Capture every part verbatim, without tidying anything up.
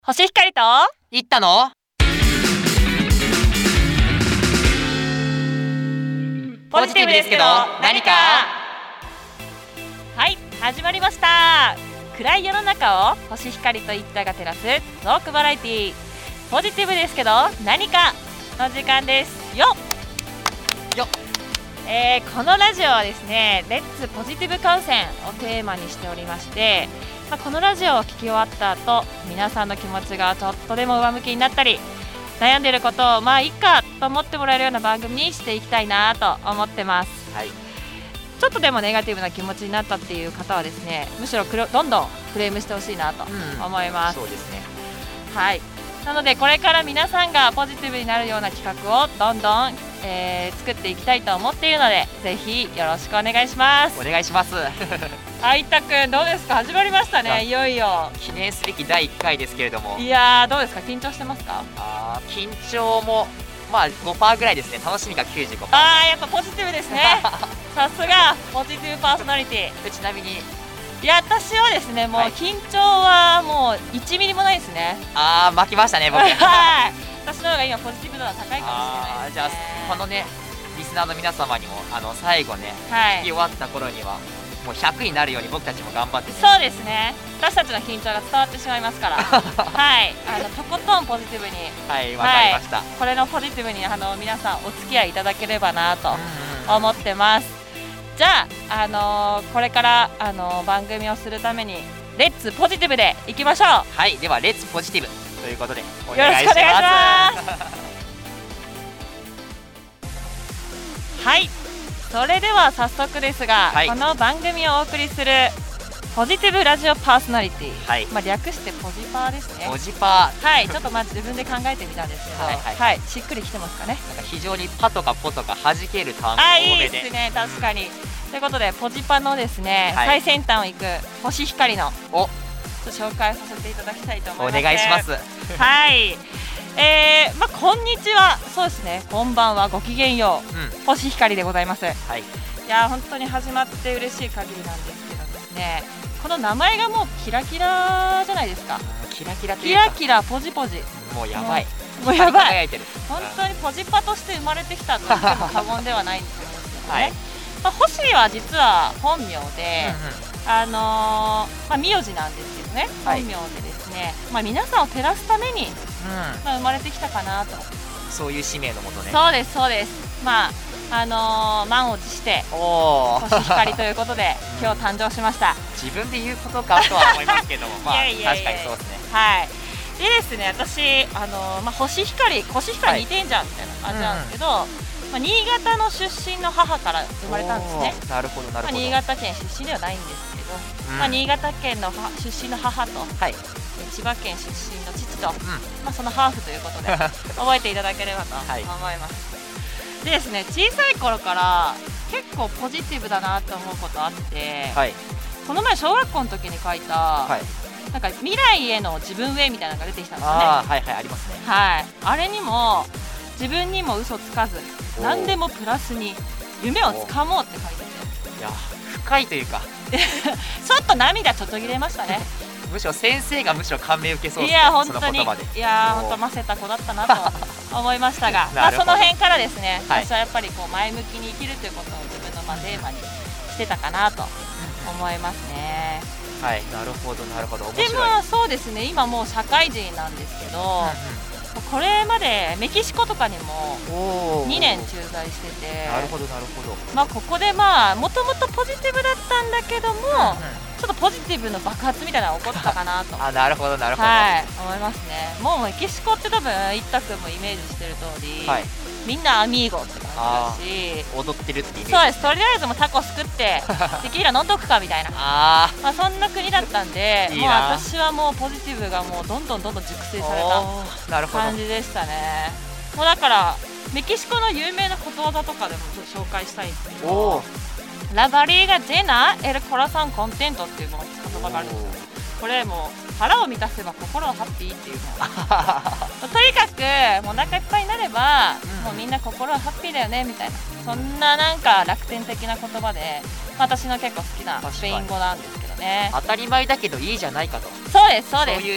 星光と言ったのポジティブですけど何か。はい、始まりました。暗い世の中を星光と言ったが照らすトークバラエティー、ポジティブですけど何かの時間ですよよ、 えー、このラジオはですね、レッツポジティブ観戦をテーマにしておりまして、まあ、このラジオを聞き終わった後、皆さんの気持ちがちょっとでも上向きになったり、悩んでることをまあいいかと思ってもらえるような番組にしていきたいなと思ってます。 はい、 ちょっとでもネガティブな気持ちになったっていう方はですね、むしろくろどんどんクレームしてほしいなと思います、 うん、そうですね。 はい、なのでこれから皆さんがポジティブになるような企画をどんどん、えー、作っていきたいと思っているので、ぜひよろしくお願いします。 お願いしますあいたくんどうですか、始まりましたね、いよいよ記念すべきだいいっかいですけれども、 いやーどうですか、緊張してますか？ あー緊張もまあ ごパーセント ぐらいですね。楽しみが きゅうじゅうごパーセント。 あーやっぱポジティブですねさすがポジティブパーソナリティ。 ちなみにいや私はですね、もうはい緊張はもういちミリもないですねあー負けましたね僕はい私の方が今ポジティブ度が高いかもしれないですね。 あーじゃあこのねリスナーの皆様にもあの最後ね、 はい聞き終わった頃にはもうひゃくになるように僕たちも頑張ってね。 そうですね、私たちの緊張が伝わってしまいますからはいあのとことんポジティブに、 はいわかりました、 はい、これのポジティブにあの皆さんお付き合いいただければなとうんうん思ってます。じゃあ、あのー、これから、あのー、番組をするためにレッツポジティブでいきましょう。 はい、ではレッツポジティブということでおよ願いします。 ろしくお願いしますはい、それでは早速ですが、 はいこの番組をお送りするポジティブラジオパーソナリティ、 はいまあ、略してポジパーですね。 ポジパーはい、ちょっとまあ自分で考えてみたんですけど、 はいはいしっくりきてますかね。 なんか非常にパとかポとか弾ける単語あ、 多いいめでですね、確かに。ということでポジパのですね、 はい最先端を行く星光のおちょっと紹介させていただきたいと思いおます。 願いしますはい、えー、まあこんにちは、そうですね、こんばんは、ごきげんよう、 うん星光でございます。いはいや本当に始まって嬉しい限りなんですけどですね、この名前がもうキラキラじゃないですか。 キラキラといキうかラキラポジポジ、 もうやばいもうやばい、 輝いてる本当にポジパとして生まれてきたと言っても過言ではないんですけどね、 はいまあ、星は実は本名で、 うんうんあのーまあ、名字なんですけどね、 はい本名でですね、まあ、皆さんを照らすために、 うまあ、生まれてきたかなと、 んそういう使命のもとね。 そうですそうです、まああのー満を持しておお星光ということで今日誕生しました自分で言うことかとは思いますけどもまあいやいやいや確かにそうですね。 はい。でですね、私、あのーまあ、星光、星光似てんじゃんみたいな感じなんですけど、まあ、新潟の出身の母から生まれたんですね。 おーなるほどなるまあ、 ほど。 新潟県出身ではないんですけど、 うんまあ、新潟県の母出身の母と、 はいえ千葉県出身の父と、 うまあ、そのハーフということで覚えていただければと思はいいます。でですね、小さい頃から結構ポジティブだなと思うことあって、 んはいこの前小学校の時に書いた、 はいなんか未来への自分へみたいなのが出てきたんですよね。 ああはいはいありますね。 はい、あれにも自分にも嘘つかずおー何でもプラスに夢をつかもうって書いてて、 いや深いというかちょっと涙ちょっと切れましたねむしろ先生がむしろ感銘受けそういですね。 や本当にその言葉で。 いやおー本当ませた子だったなと思いましたがまあなるほどその辺からですね、 はい私はやっぱりこう前向きに生きるということを自分のまあテーマにしてたかなと思いますね。 はいなるほどなるほど面で白い。 もそうですね、今もう社会人なんですけど、 うこれまでメキシコとかにもんうんおーにねん駐在してて、 なるほどなるほど。 まあここでまあもともとポジティブだったんだけども、ちょっとポジティブの爆発みたいなのが起こったかなとあなるほどなるほど。 はい思いますね。もうメキシコって多分一太くんもイメージしてる通り、 はいみんなアミーゴって感じだし、 踊ってるってイメージ。 そうですとりあえずもうタコすくってテキーラ飲んどくかみたいなあまあそんな国だったんでいいなもう私はもうポジティブがもうどんどんどんどん熟成あされおーなるたほど。 感じでしたね。もうだからメキシコの有名なことわざとかでもちょっと紹介したいんですけおど、 おラバリーガジェナエルコラサンコンテントっていう言葉があるんですよ。これもう腹を満たせば心はハッピーっていうのとにかくもうお腹いっぱいになれば、 うんもうみんな心はハッピーだよねみたいな、そんななんか楽天的な言葉で、私の結構好きなスペイン語なんですけどね。 当たり前だけどいいじゃないかと。 そうですそうですそういう自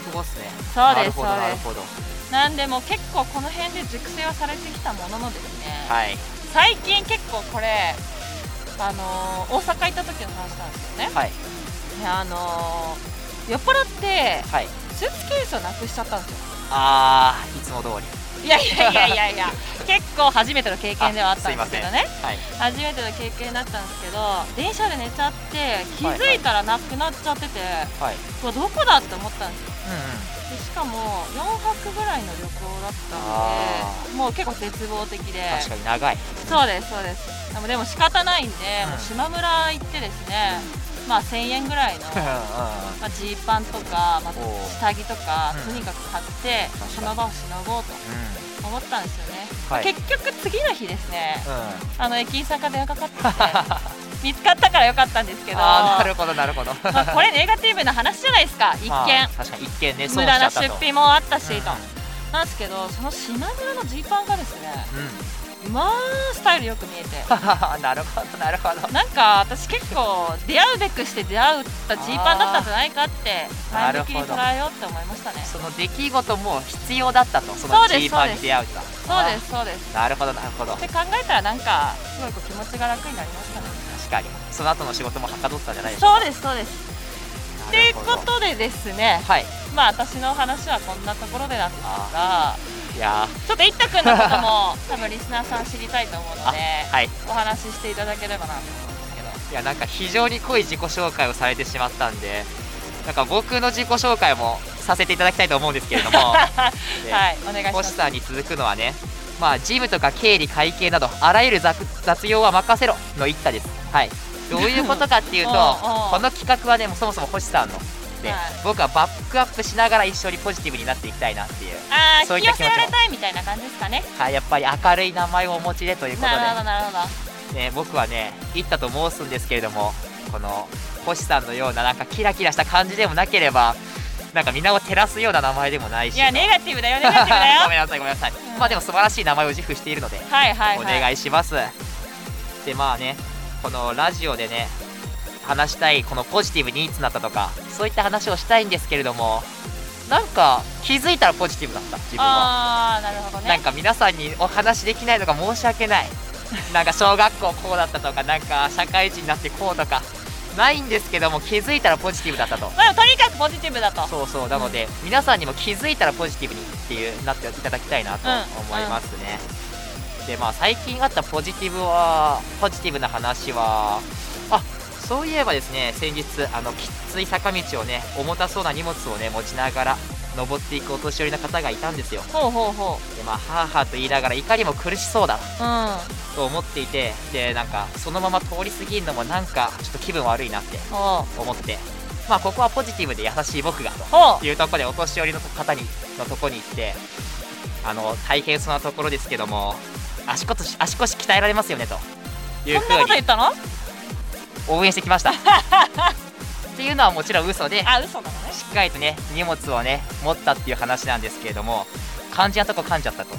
後っすね。 そうですそうなるですほど。 なんでもう結構この辺で熟成はされてきたもののですね、 はい。 最近結構これあのー、大阪行った時の話なんですよね。 はい。 であのー、酔っ払ってはい。 スーツケースをなくしちゃったんですよ。 あー、いつも通り。 いやいやいやいやいや結構初めての経験ではあったんですけどね、 はい。 初めての経験だったんですけど、電車で寝ちゃって気づいたらなくなっちゃってて、 はい。 うわどこだって思ったんですよ。 うんうん。 でしかもよんはくぐらいの旅行だったあので、もう結構絶望的で。 確かに長い。 そうですそうです。でもでも仕方ないんで、 うんもう島村行ってですね、まあせんえんぐらいのうんうんまあジーパンとか、まあ、 おー下着とか、 うんとにかく買ってその場をしのごうとうん思ったんですよね、 はい結局次の日ですね、 うん。 あの駅員さんから電話かかってきて見つかったからよかったんですけど、 あー、なるほどなるほど。 まあ、これネガティブな話じゃないですか、一見、 まあ確かに一見ね、損無駄なしちゃったと。 出費もあったしと、 うんなんですけど、その島村のジーパンがですね、 うん。 まあスタイルよく見えてなるほどなるほど。 なんか私結構出会うべくして出会ったジーパンだったんじゃないかって前向きに捉えようって思いましたね。 その出来事も必要だったと、そそうですのジーパンに出会うと。 そうですそうですなるほどなるほど。 って考えたらなんかすごいこう気持ちが楽になりましたね。 確かにその後の仕事もはかどったんじゃないでしょうか。 そうですそうですというなるほどことでですね、 はい。 まあ私の話はこんなところでなんですが、 いやちょっといったくんのことも多分リスナーさん知りたいと思うので、 ーはい。 お話ししていただければなと思うんですけど。 いやなんか非常に濃い自己紹介をされてしまったんで、なんか僕の自己紹介もさせていただきたいと思うんですけれども、ではい、お願いします。 星さんに続くのはね、まあ事務とか経理会計などあらゆる雑雑用は任せろの一太です。はい。どういうことかっていうと、 おうおうこの企画はねもうそもそも星さんので、 はい僕はバックアップしながら一緒にポジティブになっていきたいなっていう、 ああ、 そういった気持ちも引き寄せられたいみたいな感じですかね。 はい、やっぱり明るい名前をお持ちでということなるほどで、 なるほど。 ね、僕はね一太と申すんですけれども、この星さんのようななんかキラキラした感じでもなければ、なんか皆を照らすような名前でもないし、 いやネガティブだよネガティブだよ。 ごめんなさいごめんなさい、 うんまあでも素晴らしい名前を自負しているので、 はいはいはい。 お願いします。でまあね、このラジオでね話したいこのポジティブにいつなったとか、そういった話をしたいんですけれども、なんか気づいたらポジティブだった自分は。 ああ、なるほどね。 なんか皆さんにお話できないのが申し訳ない。なんか小学校こうだったとか、なんか社会人になってこうとかないんですけども、気づいたらポジティブだったと。 まあでもとにかくポジティブだと。 そうそう、なので、皆さんにも気づいたらポジティブにっていうなっていただきたいなと思いますね、でまあ最近あったポジティブはポジティブな話は、あそういえばですね、先日あのきつい坂道をね、重たそうな荷物をね持ちながら登っていくお年寄りの方がいたんですよ。 ほうほうほでまあはーはーと言いながら、いかにも苦しそうだう。うん。 と思っていて、でなんかそのまま通り過ぎるのもなんかちょっと気分悪いなってほう思って、まあここはポジティブで優しい僕がほというところでお年寄りの方にのとこに行って、あの大変そうなところですけども、足腰足腰鍛えられますよねというう。そんなことふうに言ったの？ 応援してきましたっていうのはもちろん嘘で、 あ、嘘なのね。 しっかりとね荷物をね持ったっていう話なんですけれども、肝心なとこ噛んじゃったと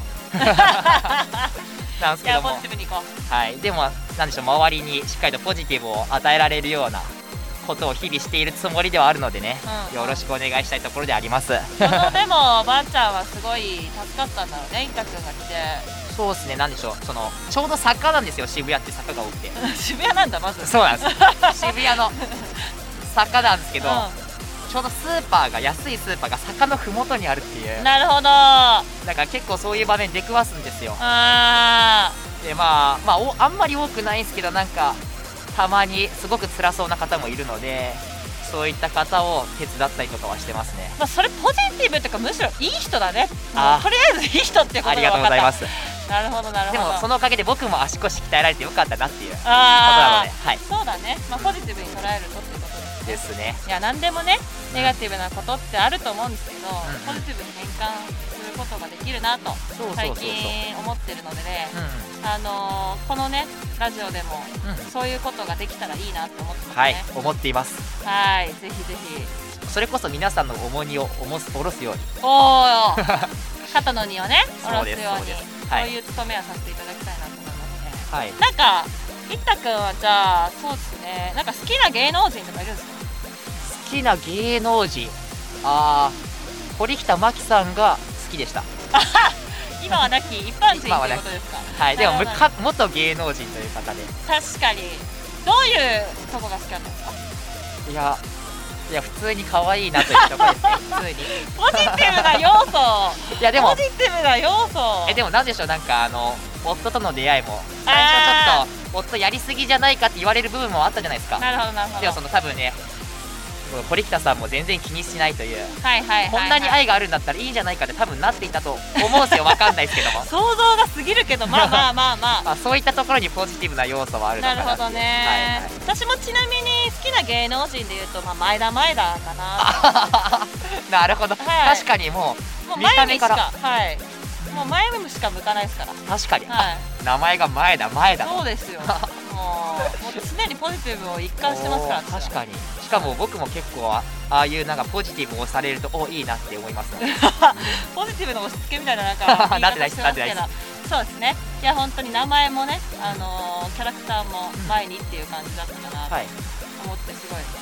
なんですいやけども、 ポジティブにいこう。 はい、でもなんでしょう、周りにしっかりとポジティブを与えられるようなことを日々しているつもりではあるのでね、 うんよろしくお願いしたいところであります。 このでもばあちゃんはすごい助かったんだろうね、いったくんが来て。 そうですね、なんでしょう、そのちょうど坂なんですよ、渋谷って坂が多くて。 渋谷なんだまず。 そうなんです渋谷の坂なんですけど、 うちょうどスーパーが安いスーパーが坂のふもとにあるっていう、 ん。なるほど。あだから結構そういう場面出くわすんですよ。 あでまあまあおあんまり多くないんですけど、なんかたまにすごく辛そうな方もいるので、そういった方を手伝ったりとかはしてますね。 ー。まあそれポジティブというかむしろいい人だね。 あーもうとりあえずいい人っていうこありとが分かった。 がとうございます。 なるほどなるほど。 でもそのおかげで僕も足腰鍛えられてよかったなっていうことなあので、はい、 あ、そうだね。まあポジティブに捉えるとっていうことですね。 ですね。 いや何でもねネガティブなことってあると思うんですけど、 んポジティブに変換することができるなとそうそうそうそう最近思ってるのでね、 うあのーこのねラジオでもん、うん、 そういうことができたらいいなと思ってますはいね。、 思っています。 はい、ぜひぜひ。 それこそ皆さんの重荷を重す下ろすように、 おお肩の荷をね下ろそうですすようにそうですそうはいいう務めはさせていただきたいなと思いますね。 はい、 なんかいったくんはじゃあそうですね、なんか好きな芸能人とかいるんですか？ 好きな芸能人、あ堀北真希さんが好きでした。 今はなき一般人ということですか。 はい、でもむか元芸能人という方で。 確かに。どういうとこが好きだったんですか。 いやいや普通に可愛いなというところですね。普通にポジティブな要素いやでもポジティブな要素えでもなんでしょう、なんかあの夫との出会いも最初はちょっと夫やりすぎじゃないかって言われる部分もあったじゃないですか。 なるほどなるほど。 でもその多分ね堀北さんも全然気にしないという、 はいはいはいはい、 こんなに愛があるんだったらいいんじゃないかって多分なっていたと思うんですよ。わかんないですけども想像が過ぎるけどまあまあまあまあまあそういったところにポジティブな要素はあるのかなって。 なるほどね、はいはい、私もちなみに好きな芸能人でいうと、まあ、前田前田かななるほど、はい、確かにもうもう前目しかはいもう前目しか向かないですから。 確かに、 はい、 名前が前田前田そうですよもうもう常にポジティブを一貫してますから。 確かに。しかも僕も結構ああいうなんかポジティブをされるとおいいなって思いますのでポジティブの押し付けみたいななんか言い方してますけどそうですね。いや本当に名前もね、あのー、キャラクターも前にっていう感じだったかなと思ってすごい、はい、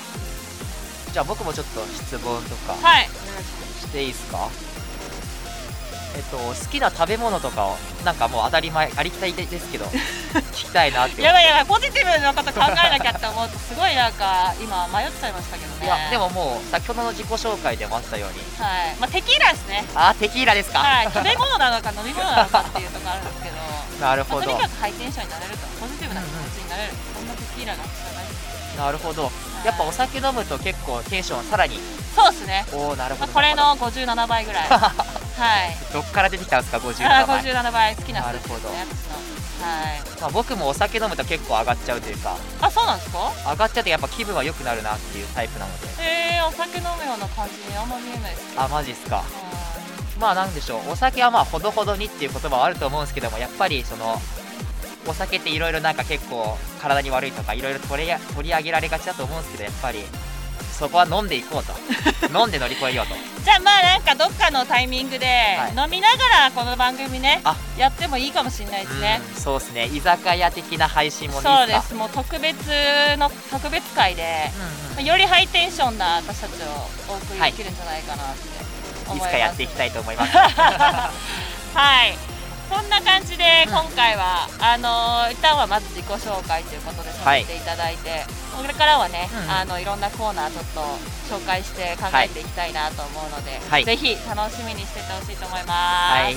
じゃあ僕もちょっと質問とかはいしていいですか。えっと、好きな食べ物とかをなんかもう当たり前ありきたりですけど聞きたいなってやばいやばいポジティブなこと考えなきゃって思うとすごいなんか今迷っちゃいましたけどね。 いやでももう先ほどの自己紹介でもあったように、 はいまあ、テキーラですね。 あテキーラですか。 はい食べ物なのか飲み物なのかっていうところあるんですけどなるほど、 まあ、とにかくハイテンションになれるとポジティブな気持ちになれる、うんうん、そんなテキーラが必要ないです。 なるほど、はい、やっぱお酒飲むと結構テンションさらに。 そうですね。 おなるほど、まあ、 これのごじゅうななばいぐらいはいどっから出てきたんですかごじゅうななばい。 ごじゅうななばい好きな数ですね。 なるほど、 はいまあ、僕もお酒飲むと結構上がっちゃうというか。 あそうなんですか。 上がっちゃってやっぱ気分は良くなるなっていうタイプなので。 へえー、お酒飲むような感じにあんま見えないですけど。 あマジっすか。まあなんでしょう、お酒はまあほどほどにっていう言葉はあると思うんですけども、やっぱりそのお酒っていろいろなんか結構体に悪いとかいろいろ取り取り上げられがちだと思うんですけど、やっぱりそこは飲んでいこうと飲んで乗り越えようとじゃあまあなんかどっかのタイミングで、はい、飲みながらこの番組ねやってもいいかもしれないですね。 うそうですね、居酒屋的な配信もいいですか。 そうです、もう特別の特別会で、うんうん、よりハイテンションな私たちをお送りできるんじゃないかなって思います、はい、 いつかやっていきたいと思いますはいそんな感じで今回は、うん、あのー、一旦はまず自己紹介ということでさせていただいて、はい、これからはね、うん、あのいろんなコーナーちょっと紹介して考えていきたいなと思うので、はい、ぜひ楽しみにしててほしいと思います、はい、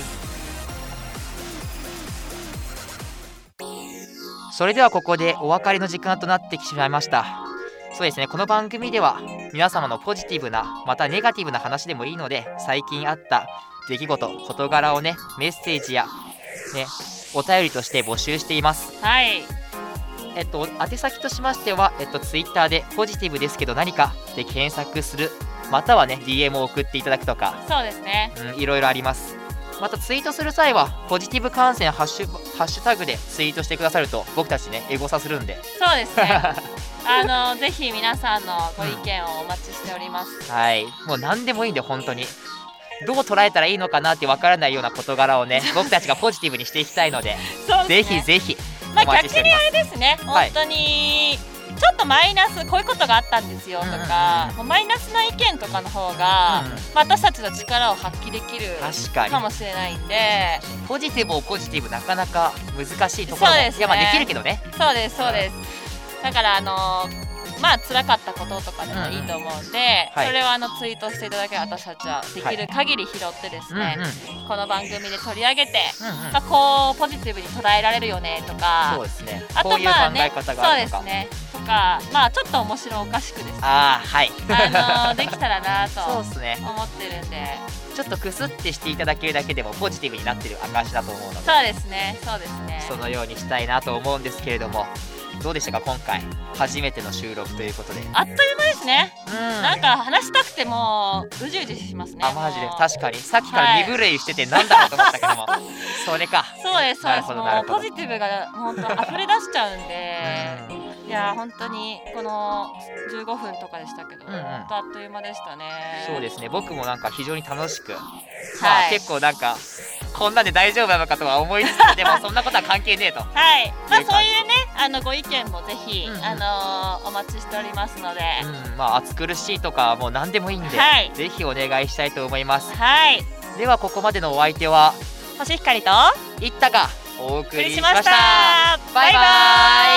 それではここでお別れの時間となってしまいました。そうですね、この番組では皆様のポジティブなまたネガティブな話でもいいので、最近あった出来事事柄をねメッセージやねお便りとして募集しています。 はいえっと宛先としましては、えっとツイッターでポジティブですけど何かで検索する、またはね ディーエム を送っていただくとか。 そうですね、 うん、いろいろあります。またツイートする際はポジティブ観戦ハッシュハッシュタグでツイートしてくださると僕たちねエゴサするんで。 そうですねあのぜひ皆さんのご意見をお待ちしております、 うん、はいもう何でもいいんで本当にどう捉えたらいいのかなってわからないような事柄をね僕たちがポジティブにしていきたいのでそうです、ね、 ぜひぜひまあ逆にあれですね、本当にちょっとマイナスこういうことがあったんですよとか、うんうんうん、マイナスな意見とかの方が、うんまあ、私たちの力を発揮できるかもしれないんで、 ポジティブをポジティブなかなか難しいところも、ね、いやまあできるけどね。 そうですそうです、うん、だからあのーまあ辛かったこととかでもいいと思うんで、うんうんはい、それはあのツイートしていただければ私たちはできる限り拾ってですね、はいうんうん、この番組で取り上げて、うんうんまあ、こうポジティブに捉えられるよねとか、 そうですね、あとまあね、こういう考え方があるとか、 そうですねとか、まあちょっと面白おかしくですね、 あ、はい、 あのできたらなと思ってるんで、 ちょっとクスってしていただけるだけでもポジティブになってる証だと思うので、 そうですねそうですね、 そのようにしたいなと思うんですけれども、どうでしたか今回初めての収録ということで。 あっという間ですね、うん、なんか話したくてもうじうじしますね。 あマジで確かにさっきから身震いしててなんだろうと思ったけども、はい、それか。 そうですそうです、もうポジティブが本当溢れ出しちゃうんで、うん、いや本当にこのじゅうごふんとかでしたけど、うんうん、本当あっという間でしたね。 そうですね、僕もなんか非常に楽しく、はい、まあ結構なんかこんなんで大丈夫なのかとは思いつつでもそんなことは関係ねえとはい、まあそういうねあのご意見もぜひ、うんうん、あのー、お待ちしておりますので、 うん、まあ暑苦しいとかもう何でもいいんで、はい、ぜひお願いしたいと思います。 はい。 ではここまでのお相手は星光といったがお送りしました。 バイバイ。